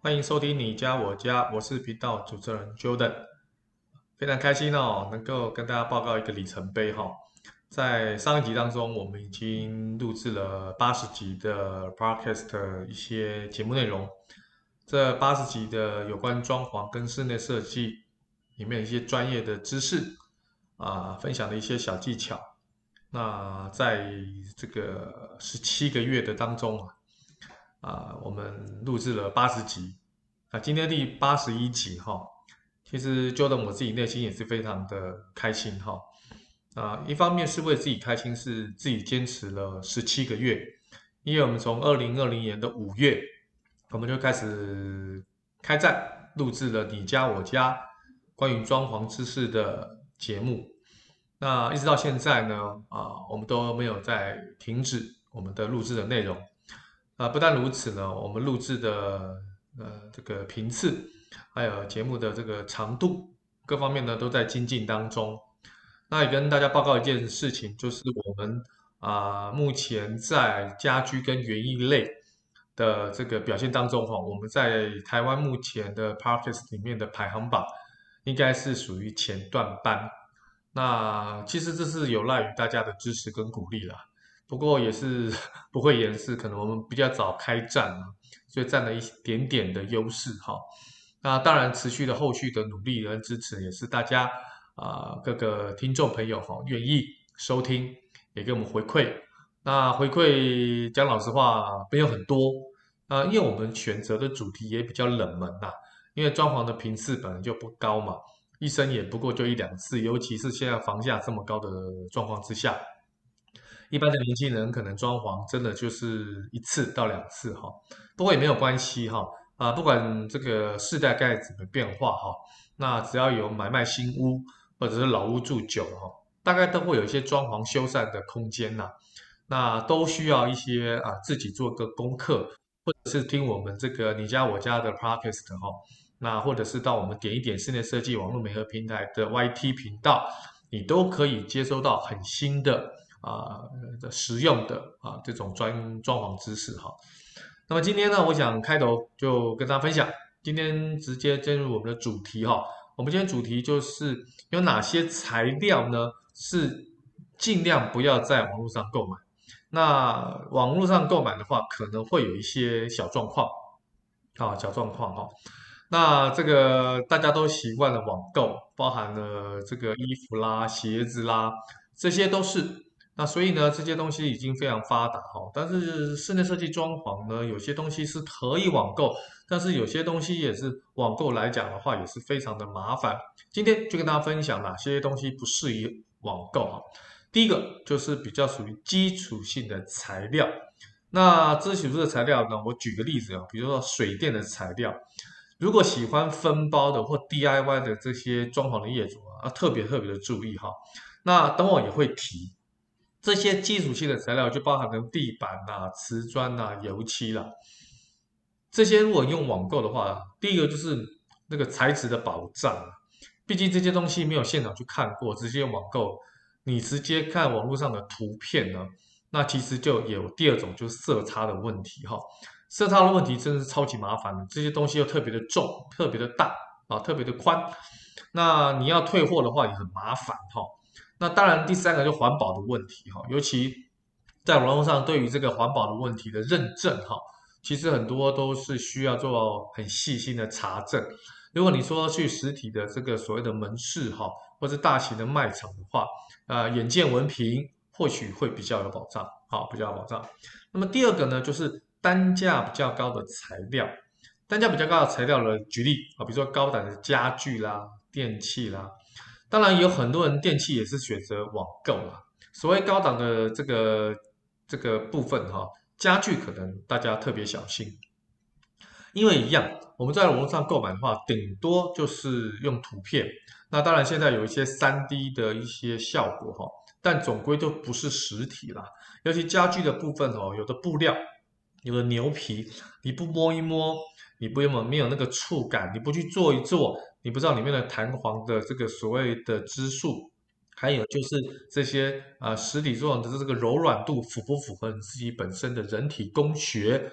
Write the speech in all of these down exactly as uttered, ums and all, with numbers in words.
欢迎收听你家我家，我是频道主持人 Jordan，非常开心哦，能够跟大家报告一个里程碑哈。在上一集当中，我们已经录制了八十集的 Podcast 的一些节目内容。这八十集的有关装潢跟室内设计里面的一些专业的知识啊，分享的一些小技巧。那在这个十七个月的当中啊，啊，我们录制了八十集，啊，今天第八十一集哈。其实 Jordan 我自己内心也是非常的开心哈。啊，一方面是为自己开心，是自己坚持了十七个月，因为我们从二零二零年的五月，我们就开始开战，录制了你家我家关于装潢知识的节目。那一直到现在呢，啊，我们都没有再停止我们的录制的内容。啊，不但如此呢，我们录制的呃这个频次，还有节目的这个长度，各方面呢都在精进当中。那也跟大家报告一件事情，就是我们啊、目前在家居跟园艺类的这个表现当中哈，我们在台湾目前的 Parkes 里面的排行榜，应该是属于前段班。那其实这是有赖于大家的支持跟鼓励啦。不过也是不会掩饰，可能我们比较早开战啊，所以占了一点点的优势哈。那当然，持续的后续的努力跟支持，也是大家啊、各个听众朋友哈愿意收听，也给我们回馈。那回馈讲老实话没有很多啊、因为我们选择的主题也比较冷门呐、因为装潢的频次本来就不高嘛，一生也不过就一两次，尤其是现在房价这么高的状况之下。一般的年轻人可能装潢真的就是一次到两次哈，不过也没有关系哈。啊，不管这个世代该怎么变化哈，那只要有买卖新屋或者是老屋住久了哈，大概都会有一些装潢修缮的空间呐，那都需要一些啊自己做个功课，或者是听我们这个你家我家的 podcast 哈，那或者是到我们点一点室内设计网络媒合平台的 Y T 频道，你都可以接收到很新的啊、的实用的啊这种专装潢知识哈。那么今天呢，我想开头就跟大家分享，今天直接进入我们的主题哈。我们今天主题就是有哪些材料呢是尽量不要在网络上购买。那网络上购买的话，可能会有一些小状况啊，小状况哈。那这个大家都习惯了网购，包含了这个衣服啦、鞋子啦，这些都是。那所以呢，这些东西已经非常发达哈。但是室内设计装潢呢，有些东西是可以网购，但是有些东西也是网购来讲的话，也是非常的麻烦。今天就跟大家分享哪些东西不适宜网购哈。第一个就是比较属于基础性的材料。那基础性的材料呢，我举个例子啊，比如说水电的材料。如果喜欢分包的或 D I Y 的这些装潢的业主啊，要特别特别的注意哈。那等我也会提这些基础性的材料，就包含了地板呐、瓷砖呐、油漆啦。这些如果用网购的话，第一个就是那个材质的保障啊，毕竟这些东西没有现场去看过，直接用网购，你直接看网络上的图片呢，那其实就有第二种就是色差的问题哈。色差的问题真的是超级麻烦的，这些东西又特别的重、特别的大啊、特别的宽，那你要退货的话也很麻烦哈。那当然，第三个就环保的问题哈，尤其在网络上对于这个环保的问题的认证哈，其实很多都是需要做很细心的查证。如果你说去实体的这个所谓的门市哈，或是大型的卖场的话，呃，眼见为凭或许会比较有保障，好，比较有保障。那么第二个呢，就是单价比较高的材料，单价比较高的材料呢，举例啊，比如说高档的家具啦、电器啦，当然有很多人电器也是选择网购啦。所谓高档的这个这个部分哈，家具可能大家特别小心，因为一样，我们在网络上购买的话，顶多就是用图片。那当然，现在有一些三 D 的一些效果哈，但总归都不是实体啦。尤其家具的部分哦，有的布料，有的牛皮，你不摸一摸，你不有没有那个触感，你不去做一做，你不知道里面的弹簧的这个所谓的支数，还有就是这些啊、呃实体作用的这个柔软度符不符合你自己本身的人体工学？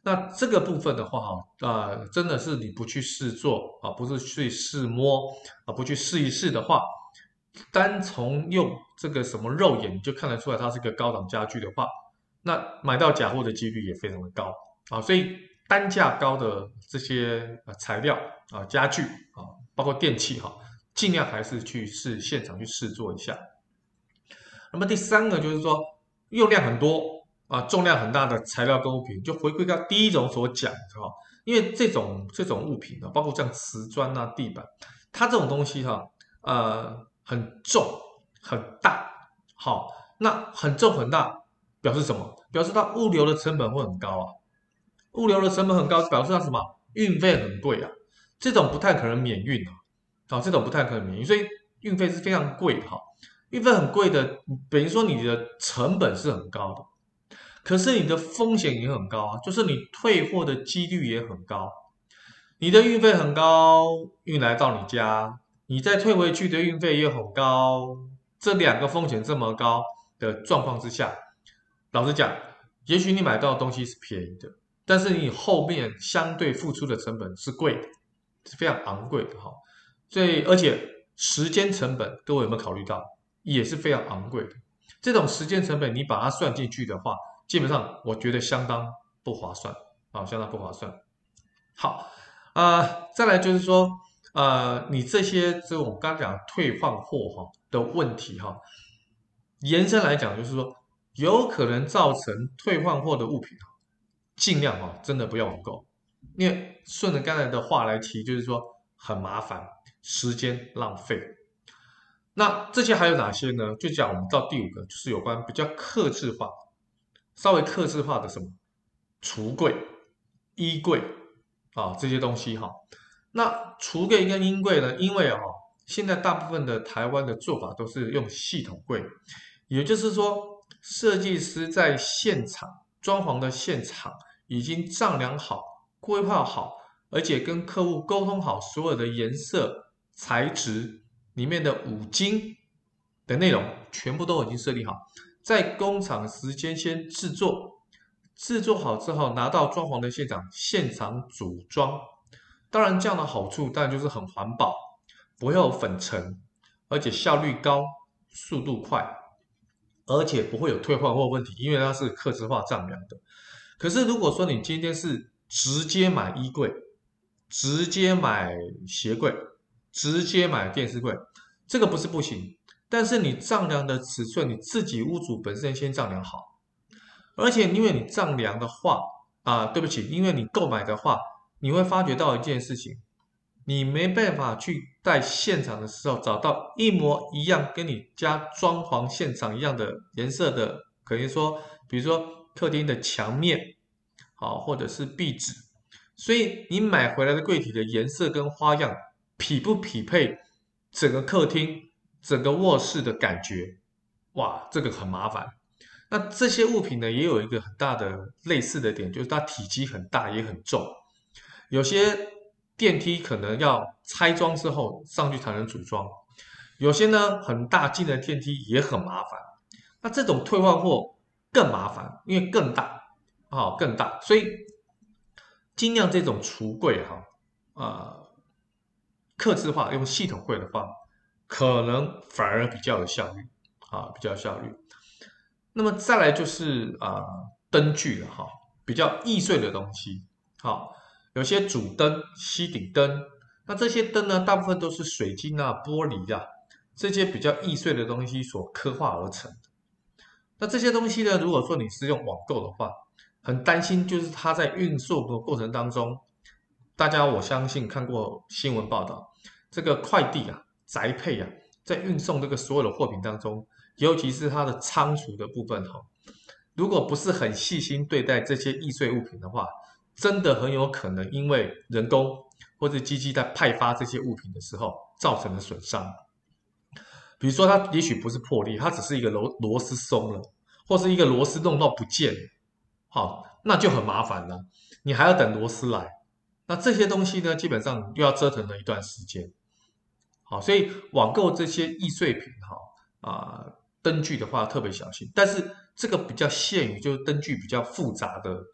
那这个部分的话，哈，呃，真的是你不去试做啊，不是去试摸啊，不去试一试的话，单从用这个什么肉眼你就看得出来它是个高档家具的话，那买到假货的几率也非常的高啊。所以单价高的这些呃材料啊、家具啊，包括电器哈、尽量还是去试现场去试做一下。那么第三个就是说，用量很多啊，重量很大的材料跟物品，就回归到第一种所讲的哈，因为这种这种物品呢，包括像瓷砖啊、地板，它这种东西哈，呃，很重很大，好，那很重很大表示什么？表示它物流的成本会很高啊，物流的成本很高，表示它什么？运费很贵啊，这种不太可能免运啊，好，这种不太可能免运，所以运费是非常贵的哈。运费很贵的，等于说你的成本是很高的，可是你的风险也很高啊，就是你退货的几率也很高。你的运费很高，运来到你家，你再退回去的运费也很高，这两个风险这么高的状况之下，老实讲，也许你买到的东西是便宜的，但是你后面相对付出的成本是贵的，是非常昂贵的哈。所以，而且时间成本，各位有没有考虑到，也是非常昂贵的。这种时间成本你把它算进去的话，基本上我觉得相当不划算啊，相当不划算。好，呃，再来就是说，呃，你这些这种刚刚讲退换货哈的问题哈，延伸来讲就是说，有可能造成退换货的物品尽量哈真的不要网购，因为顺着刚才的话来提，就是说很麻烦，时间浪费。那这些还有哪些呢？就讲我们到第五个，就是有关比较克制化，稍微克制化的什么橱柜、衣柜啊这些东西哈。那橱柜跟衣柜呢？因为啊，现在大部分的台湾的做法都是用系统柜，也就是说，设计师在现场装潢的现场已经丈量好、规划好，而且跟客户沟通好所有的颜色、材质里面的五金的内容，全部都已经设立好，在工厂时间先制作，制作好之后拿到装潢的现场现场组装。当然，这样的好处当然就是很环保，不会有粉尘，而且效率高，速度快，而且不会有退换货问题，因为它是客制化丈量的。可是如果说你今天是直接买衣柜，直接买鞋柜，直接买电视柜，这个不是不行，但是你丈量的尺寸，你自己屋主本身先丈量好，而且因为你丈量的话，啊，对不起，因为你购买的话，你会发觉到一件事情，你没办法去在现场的时候找到一模一样跟你家装潢现场一样的颜色的，可能说，比如说客厅的墙面，好，或者是壁纸，所以你买回来的柜体的颜色跟花样匹不匹配整个客厅、整个卧室的感觉，哇，这个很麻烦。那这些物品呢，也有一个很大的类似的点，就是它体积很大也很重。有些电梯可能要拆装之后上去才能组装，有些呢很大进的电梯也很麻烦。那这种退换货更麻烦，因为更大啊、哦更大，所以尽量这种橱柜哈，呃，客制化用系统柜的话，可能反而比较有效率啊，比较有效率。那么再来就是啊、呃灯具了哈，比较易碎的东西，好，有些主灯、吸顶灯，那这些灯呢，大部分都是水晶啊、玻璃啊这些比较易碎的东西所刻画而成。那这些东西呢，如果说你是用网购的话，很担心就是它在运送的过程当中，大家我相信看过新闻报道，这个快递啊、宅配啊，在运送这个所有的货品当中，尤其是它的仓储的部分哈，如果不是很细心对待这些易碎物品的话，真的很有可能因为人工或者机器在派发这些物品的时候造成的损伤。比如说，它也许不是破裂，它只是一个螺螺丝松了，或是一个螺丝弄到不见了，好，那就很麻烦了。你还要等螺丝来，那这些东西呢，基本上又要折腾了一段时间。好，所以网购这些易碎品哈啊、呃灯具的话特别小心，但是这个比较限于就是灯具比较复杂的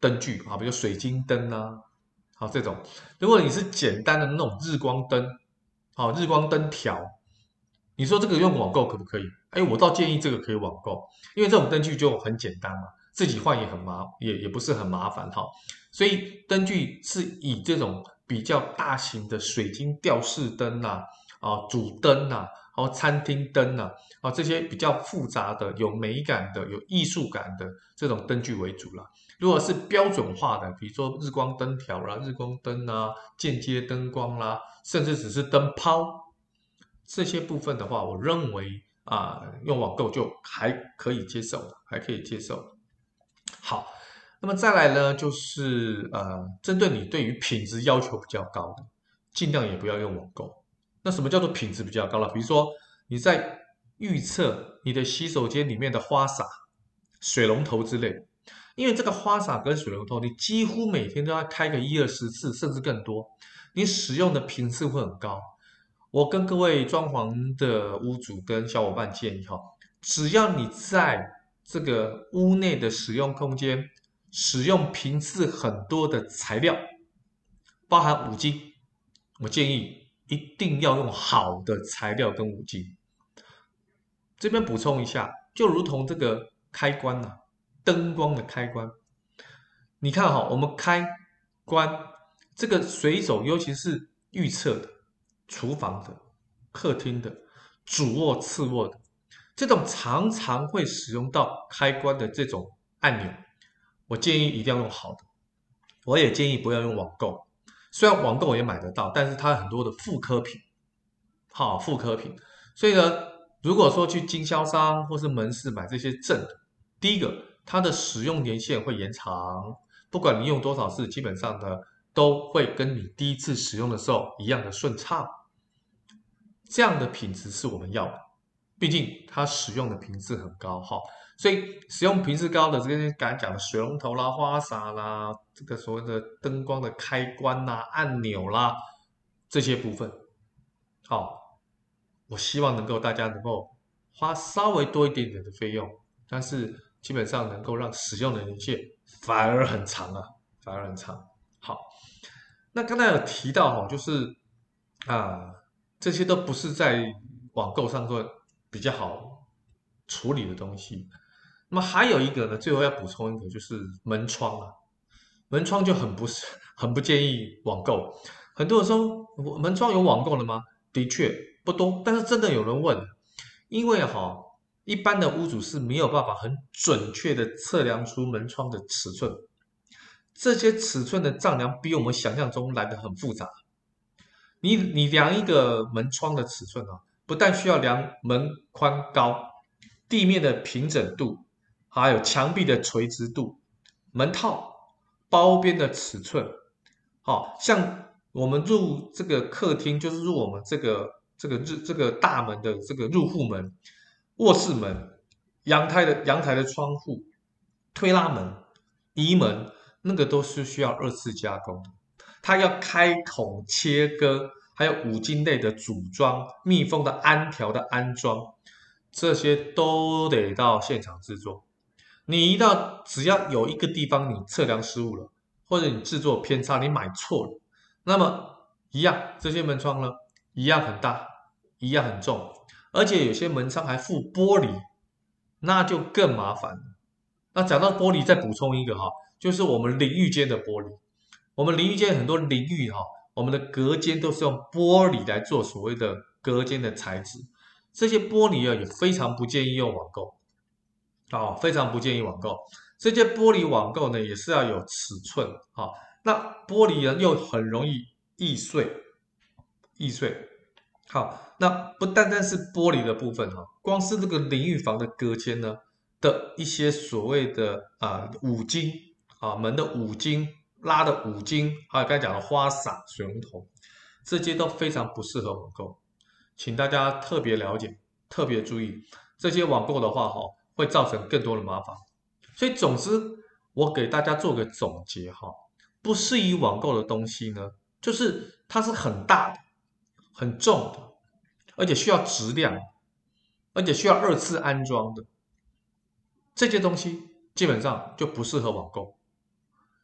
灯具啊，比如水晶灯啊，好这种。如果你是简单的那种日光灯，好日光灯条，你说这个用网购可不可以？哎，我倒建议这个可以网购，因为这种灯具就很简单嘛，自己换也很麻，也也不是很麻烦哈。所以灯具是以这种比较大型的水晶吊饰灯呐、啊，啊主灯呐、啊，然后餐厅灯呐、啊，啊这些比较复杂的、有美感的、有艺术感的这种灯具为主啦。如果是标准化的，比如说日光灯条啦、日光灯啊、间接灯光啦，甚至只是灯泡。这些部分的话，我认为啊、呃用网购就还可以接受，还可以接受。好，那么再来呢，就是呃，针对你对于品质要求比较高的，尽量也不要用网购。那什么叫做品质比较高了？比如说你在预测你的洗手间里面的花洒、水龙头之类的，因为这个花洒跟水龙头，你几乎每天都要开个一二十次，甚至更多，你使用的频次会很高。我跟各位装潢的屋主跟小伙伴建议哈，只要你在这个屋内的使用空间使用频次很多的材料，包含五金，我建议一定要用好的材料跟五金。这边补充一下，就如同这个开关呐、啊，灯光的开关，你看哈，我们开关这个随手，尤其是预测的、厨房的、客厅的、主卧、次卧的，这种常常会使用到开关的这种按钮，我建议一定要用好的。我也建议不要用网购，虽然网购也买得到，但是它很多的复刻品，好复刻品。所以呢，如果说去经销商或是门市买这些正的，第一个它的使用年限会延长，不管你用多少次，基本上呢都会跟你第一次使用的时候一样的顺畅。这样的品质是我们要的，毕竟它使用的频次很高哈，所以使用频次高的这些刚才讲的水龙头啦、花洒啦、这个所谓的灯光的开关啦、按钮啦这些部分，好，我希望能够大家能够花稍微多一点点的费用，但是基本上能够让使用的年限反而很长啊，反而很长。好，那刚才有提到哈，就是啊，这些都不是在网购上做比较好处理的东西。那么还有一个呢，最后要补充一个，就是门窗啊，门窗就很不是很不建议网购。很多人说我门窗有网购的吗？的确不多，但是真的有人问，因为哈，一般的屋主是没有办法很准确的测量出门窗的尺寸，这些尺寸的丈量比我们想象中来的很复杂。你你量一个门窗的尺寸啊，不但需要量门宽高、地面的平整度，还有墙壁的垂直度、门套、包边的尺寸。好像我们入这个客厅，就是入我们这个这个日这个大门的这个入户门、卧室门、阳台的阳台的窗户、推拉门、移门，那个都是需要二次加工的。它要开孔切割，还有五金类的组装、密封的安条的安装，这些都得到现场制作。你一到只要有一个地方你测量失误了，或者你制作偏差，你买错了，那么一样这些门窗呢，一样很大，一样很重，而且有些门窗还附玻璃，那就更麻烦了。那讲到玻璃，再补充一个哈，就是我们淋浴间的玻璃。我们淋浴间很多淋浴哈，我们的隔间都是用玻璃来做所谓的隔间的材质，这些玻璃啊也非常不建议用网购，哦，非常不建议网购。这些玻璃网购呢也是要有尺寸，哈、哦，那玻璃呢又很容易易碎，易碎。好，那不单单是玻璃的部分哈，光是这个淋浴房的隔间呢的一些所谓的啊五金啊门的五金拉的五金，还有刚才讲的花洒、水龙头，这些都非常不适合网购，请大家特别了解、特别注意，这些网购的话哈会造成更多的麻烦。所以总之，我给大家做个总结哈，不适宜网购的东西呢，就是它是很大的。很重的，而且需要质量，而且需要二次安装的这些东西，基本上就不适合网购。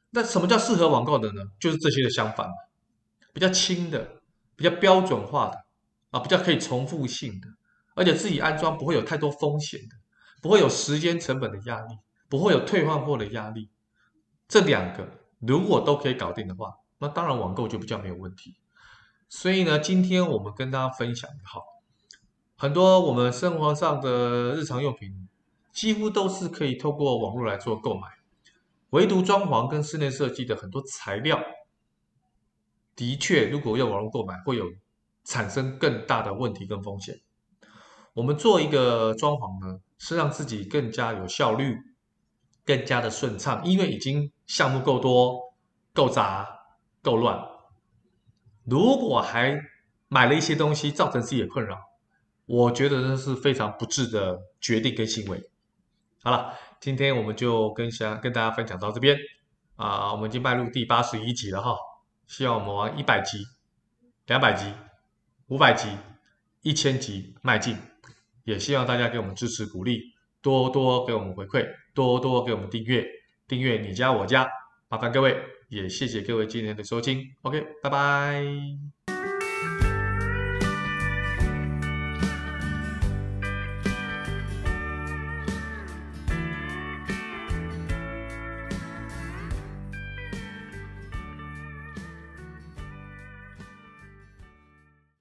那什么叫适合网购的呢？就是这些的相反，比较轻的，比较标准化的啊，比较可以重复性的，而且自己安装不会有太多风险的，不会有时间成本的压力，不会有退换货的压力。这两个如果都可以搞定的话，那当然网购就比较没有问题。所以呢，今天我们跟大家分享好，很多我们生活上的日常用品，几乎都是可以透过网络来做购买，唯独装潢跟室内设计的很多材料，的确如果用网络购买，会有产生更大的问题跟风险。我们做一个装潢呢，是让自己更加有效率，更加的顺畅，因为已经项目够多、够杂、够乱。如果还买了一些东西，造成自己的困扰，我觉得这是非常不智的决定跟行为。好了，今天我们就跟想跟大家分享到这边啊，我们已经迈入第八十一集了哈，希望我们往一百集、两百集、五百集、一千集迈进，也希望大家给我们支持鼓励，多多给我们回馈，多多给我们订阅，订阅你家我家，麻烦各位，也谢谢各位今天的收听，OK，拜拜。